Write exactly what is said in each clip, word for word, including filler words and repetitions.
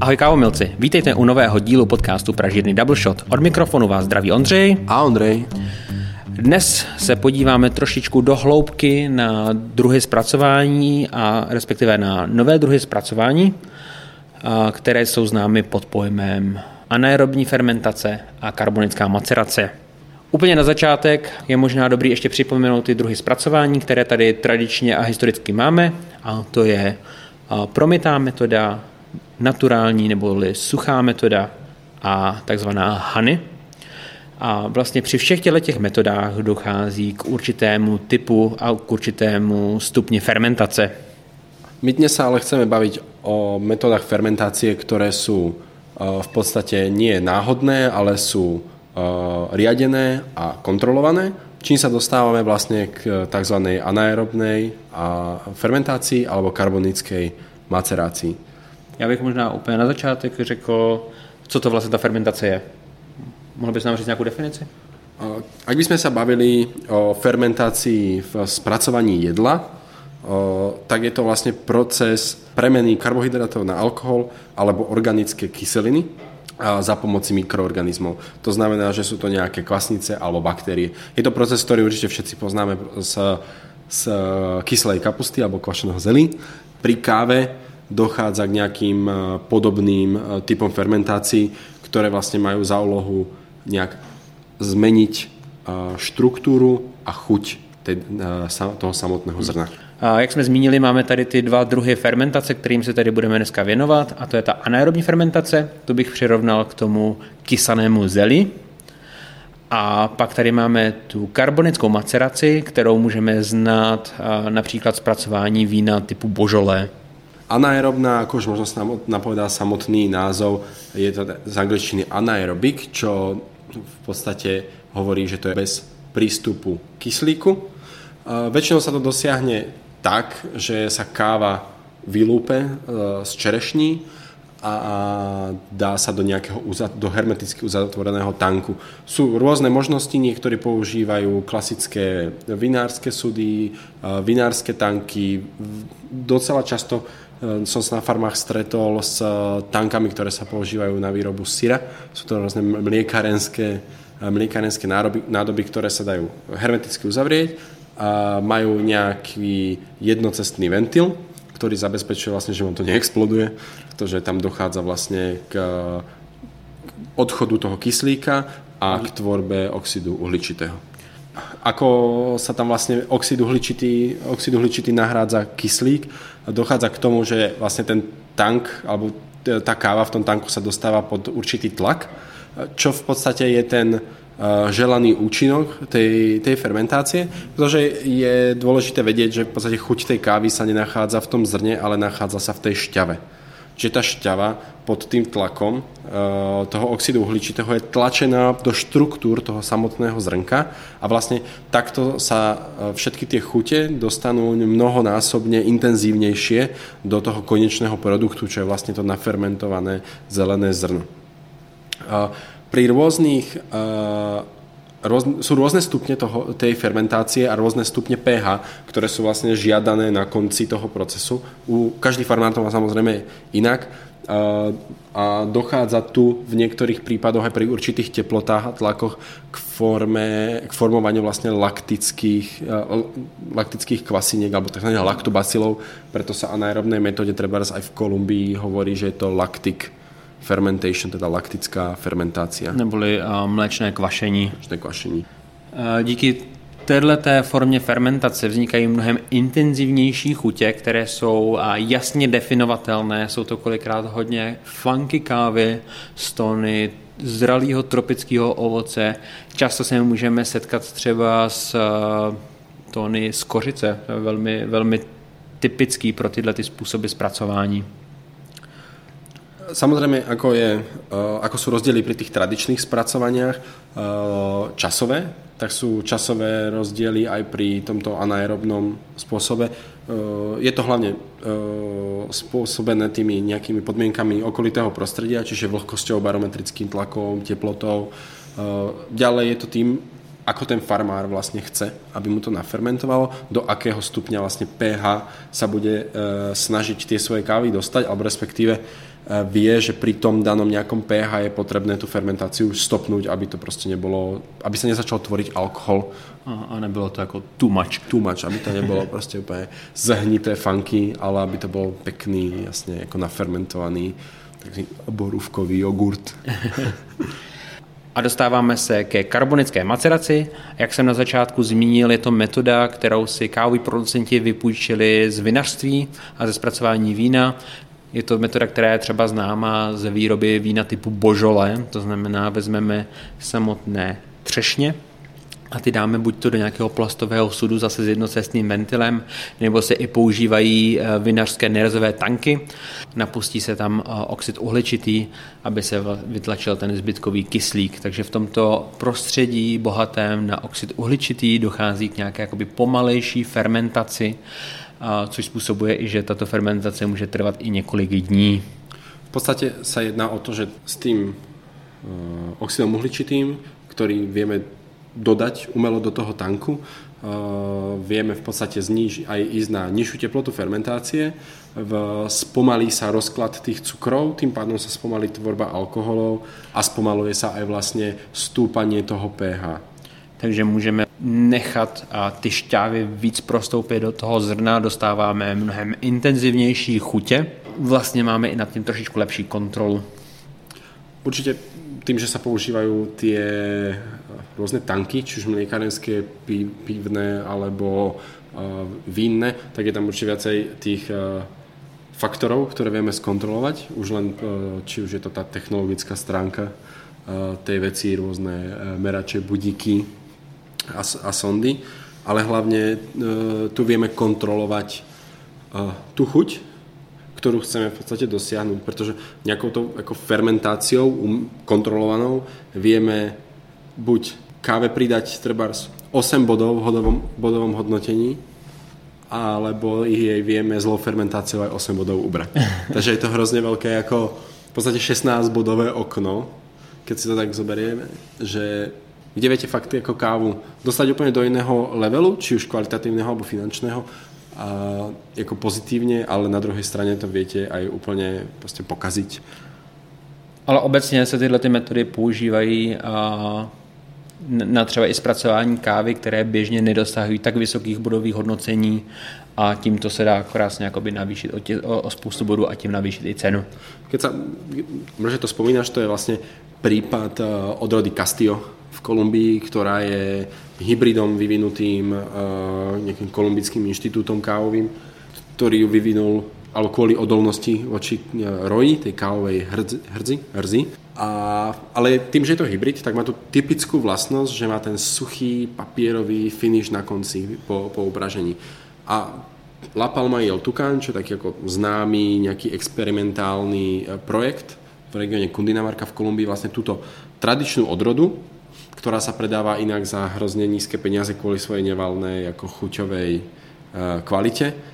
Ahoj kávomilci, vítejte u nového dílu podcastu Pražírny Double Shot. Od mikrofonu vás zdraví Ondřej. A Ondřej. Dnes se podíváme trošičku do hloubky na druhy zpracování a respektive na nové druhy zpracování, které jsou známy pod pojmem anaerobní fermentace a karbonická macerace. Úplně na začátek je možná dobrý ještě připomenout ty druhy zpracování, které tady tradičně a historicky máme, a to je promytá metoda, naturální neboli suchá metoda a takzvaná honey. A vlastně při všech těch metodách dochází k určitému typu a k určitému stupni fermentace. My dnes sa ale chceme baviť o metodách fermentácie, ktoré sú v podstate nie náhodné, ale sú riadené a kontrolované, čím sa dostávame vlastne k tzv. Anaerobnej fermentácii alebo karbonickej macerácii. Já bych možná úplně na začátek řekl, co to vlastně ta fermentace je. Mohl bys nám říct nějakou definici? Ak by sme sa bavili o fermentácii v spracovaní jedla, tak je to vlastne proces premeny karbohydrátov na alkohol alebo organické kyseliny za pomoci mikroorganizmov. To znamená, že sú to nejaké kvasnice alebo baktérie. Je to proces, ktorý určite všetci poznáme z, z kyslej kapusty alebo kvašeného zelí. Pri káve dochádza k nejakým podobným typom fermentácií, ktoré vlastne majú za úlohu nejak zmeniť štruktúru a chuť toho samotného zrna. A jak jsme zmínili, máme tady ty dva druhy fermentace, kterým se tady budeme dneska věnovat, a to je ta anaerobní fermentace, to bych přirovnal k tomu kysanému zeli. A pak tady máme tu karbonickou maceraci, kterou můžeme znát například zpracování vína typu Beaujolais. Anaerobná, ako už možno sa napovedá samotný názov, je to z angličtiny anaerobic, čo v podstate hovorí, že to je bez prístupu kyslíku. Väčšinou sa to dosiahne tak, že sa káva vylúpe z čerešní a dá sa do nejakého do hermeticky uzatvoreného tanku. Sú rôzne možnosti, niektorí používajú klasické vinárske sudy, vinárske tanky. Docela často som sa na farmách stretol s tankami, ktoré sa používajú na výrobu syra. Sú to rôzne mliekarenské, mliekarenské nádoby, nádoby, ktoré sa dajú hermeticky uzavrieť a majú nejaký jednocestný ventil, ktorý zabezpečuje vlastne, že vám to neexploduje, pretože tam dochádza vlastne k odchodu toho kyslíka a k tvorbe oxidu uhličitého. Ako sa tam vlastne oxid uhličitý, oxid uhličitý nahrádza kyslík, dochádza k tomu, že vlastne ten tank alebo tá káva v tom tanku sa dostáva pod určitý tlak, čo v podstate je ten želaný účinok tej, tej fermentácie, pretože je dôležité vedieť, že v podstate chuť tej kávy sa nenachádza v tom zrne, ale nachádza sa v tej šťave. Čiže tá šťava pod tým tlakom toho oxidu uhličitého je tlačená do štruktúr toho samotného zrnka a vlastne takto sa všetky tie chute dostanú mnohonásobne intenzívnejšie do toho konečného produktu, čo je vlastne to nafermentované zelené zrno. Pri rôznych, rôz, sú rôzne stupne toho, tej fermentácie a rôzne stupne pH, ktoré sú vlastne žiadané na konci toho procesu. U každý farmár to má samozrejme inak a dochádza tu v niektorých prípadoch aj pri určitých teplotách a tlakoch k, forme, k formovaniu vlastne laktických, laktických kvasiniek alebo tzv. Laktobacilov, preto sa anaerobnej metóde trebárs aj v Kolumbii hovorí, že je to lactic fermentation, teda laktická fermentácia. Neboli uh, mléčné kvašení. Mléčné kvašení. Uh, díky téhleté formě fermentace vznikají mnohem intenzivnější chutě, které jsou uh, jasně definovatelné. Jsou to kolikrát hodně funky kávy z tóny zralého tropického ovoce. Často se můžeme setkat třeba s uh, tóny z kořice. To je velmi, velmi typický pro tyhle ty způsoby zpracování. Samozrejme, ako, je, ako sú rozdiely pri tých tradičných spracovaniach časové, tak sú časové rozdiely aj pri tomto anaerobnom spôsobe. Je to hlavne spôsobené tými nejakými podmienkami okolitého prostredia, čiže vlhkosťou, barometrickým tlakom, teplotou. Ďalej je to tým, ako ten farmár vlastne chce, aby mu to nafermentovalo, do akého stupňa vlastne pH sa bude snažiť tie svoje kávy dostať, alebo respektíve vie, že pri tom danom nejakom pH je potrebné tú fermentáciu stopnúť, aby to proste nebolo, aby sa nezačal tvoriť alkohol. A nebylo to jako too much. Too much, aby to nebolo proste úplne zahnité funky, ale aby to bol pekný, jasne, ako nafermentovaný taký borůvkový jogurt. A dostáváme se ke karbonické maceraci. Jak jsem na začátku zmínil, je to metoda, kterou si kávoví producenti vypůjčili z vinařství a ze zpracování vína. Je to metoda, která je třeba známá z výroby vína typu Beaujolais, to znamená, vezmeme samotné třešně a ty dáme buď to do nějakého plastového sudu zase s jednocestným ventilem, nebo se i používají vinařské nerezové tanky. Napustí se tam oxid uhličitý, aby se vytlačil ten zbytkový kyslík. Takže v tomto prostředí bohatém na oxid uhličitý dochází k nějaké jakoby pomalejší fermentaci, což způsobuje i, že tato fermentace může trvat i několik dní. V podstate sa jedná o to, že s tým oxidom uhličitým, ktorý vieme dodať umelo do toho tanku, vieme v podstate znížiť aj ísť na nižšiu teplotu fermentácie, spomalí sa rozklad tých cukrov, tým pádom sa spomalí tvorba alkoholov a spomaluje sa aj vlastne stúpanie toho pH. Takže můžeme nechat a ty šťávy víc prostoupit do toho zrna, dostáváme mnohem intenzivnější chutě. Vlastně máme i nad tím trošičku lepší kontrolu. Určite tým, že sa používajú tie rôzne tanky, či už mliekárenské, pivné alebo uh, vínne, tak je tam určite viacej tých uh, faktorov, ktoré vieme skontrolovať. Už len, uh, či už je to tá technologická stránka uh, tej veci, rôzne uh, merače, budíky a, a sondy, ale hlavne uh, tu vieme kontrolovať uh, tú chuť, ktorú chceme v podstate dosiahnuť, pretože nejakou tou ako fermentáciou um, kontrolovanou vieme buď káve pridať trebárs osem bodov v hodovom, bodovom hodnotení, alebo jej vieme zlou fermentáciou aj osem bodov ubrať. Takže je to hrozne veľké ako v podstate šestnásťbodové okno, keď si to tak zoberieme, že kde viete fakt ako kávu dostať úplne do iného levelu, či už kvalitatívneho alebo finančného, a jako pozitívne, ale na druhej strane to viete aj úplne prostě pokaziť. Ale obecně se tyhle ty metody používají na třeba i zpracování kávy, které běžně nedosahují tak vysokých bodových hodnocení a tímto se dá krásně jakoby navýšit o, tě, o, o spoustu bodů a tím navýšit i cenu. Keď sa, možno to spomínaš, to je vlastne prípad odrody Castillo v Kolumbii, ktorá je hybridom vyvinutým nejakým kolumbijským inštitútom kávovým, ktorý ju vyvinul ale kvôli odolnosti voči roji, tej kávovej hrdzi, hrdzi, hrdzi. A, ale tým, že je to hybrid, tak má tu typickú vlastnosť, že má ten suchý papierový finish na konci po, po upražení. A La Palma y el Tucán, čo je taký ako známy nejaký experimentálny projekt v regióne Cundinamarca v Kolumbii, vlastne túto tradičnú odrodu, ktorá sa predáva inak za hrozne nízke peniaze kvôli svojej nevalnej ako chuťovej e, kvalite, e,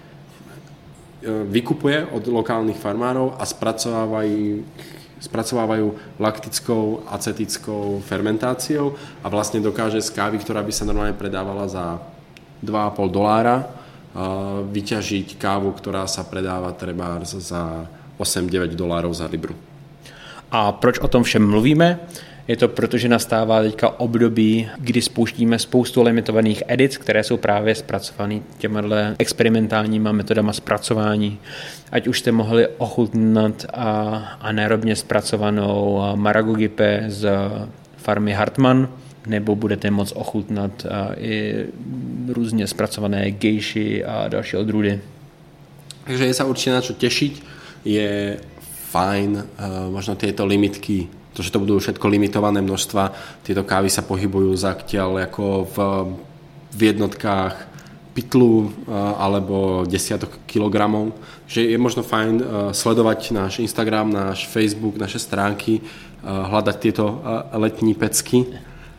vykupuje od lokálnych farmárov a spracovávajú, spracovávajú laktickou, acetickou fermentáciou a vlastne dokáže z kávy, ktorá by sa normálne predávala za dva a pol dolára, e, vyťažiť kávu, ktorá sa predáva treba za osem deväť dolárov za libru. A proč o tom všem mluvíme? Je to proto, že nastává teďka období, kdy spouštíme spoustu limitovaných edic, které jsou právě zpracované těmihle experimentálníma metodama zpracování. Ať už jste mohli ochutnat anaerobně zpracovanou Maragogipe z farmy Hartmann, nebo budete moct ochutnat i různě zpracované gejši a další odrůdy. Takže je sa určite na čo tešiť. Je fajn možno tieto limitky, to, že to budú všetko limitované množstva, tieto kávy sa pohybujú zatiaľ ako v, v jednotkách pytlu alebo desiatok kilogramov. Že je možno fajn sledovať náš Instagram, náš Facebook, naše stránky, hľadať tieto letní pecky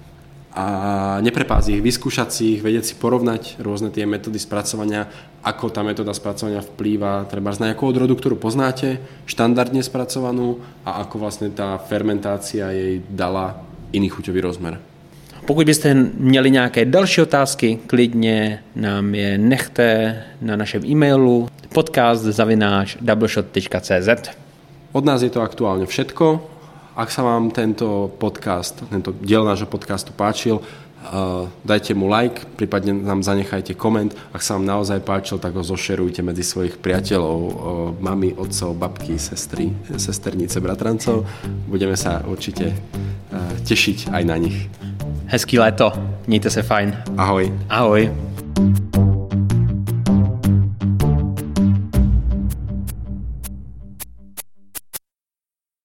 a neprepásť ich, vyskúšať si ich, vedieť si porovnať rôzne tie metódy spracovania, ako tá metóda spracovania vplýva treba na nejakú odrodu, ktorú poznáte, štandardne spracovanú a ako vlastne tá fermentácia jej dala iný chuťový rozmer. Pokud byste měli nějaké další otázky, klidně nám je nechte na našem e-mailu podcast zavináč doubleshot tečka cé zet. Od nás je to aktuálne všetko. Ak sa vám tento podcast, tento diel nášho podcastu páčil, Uh, dajte mu like, prípadne nám zanechajte koment. Ak sa vám naozaj páčil, tak ho zošerujte medzi svojich priateľov, uh, mami, otcov, babky, sestry, sesternice, bratrancov. Budeme sa určite uh, tešiť aj na nich. Hezký léto, mějte se fajn. Ahoj. Ahoj.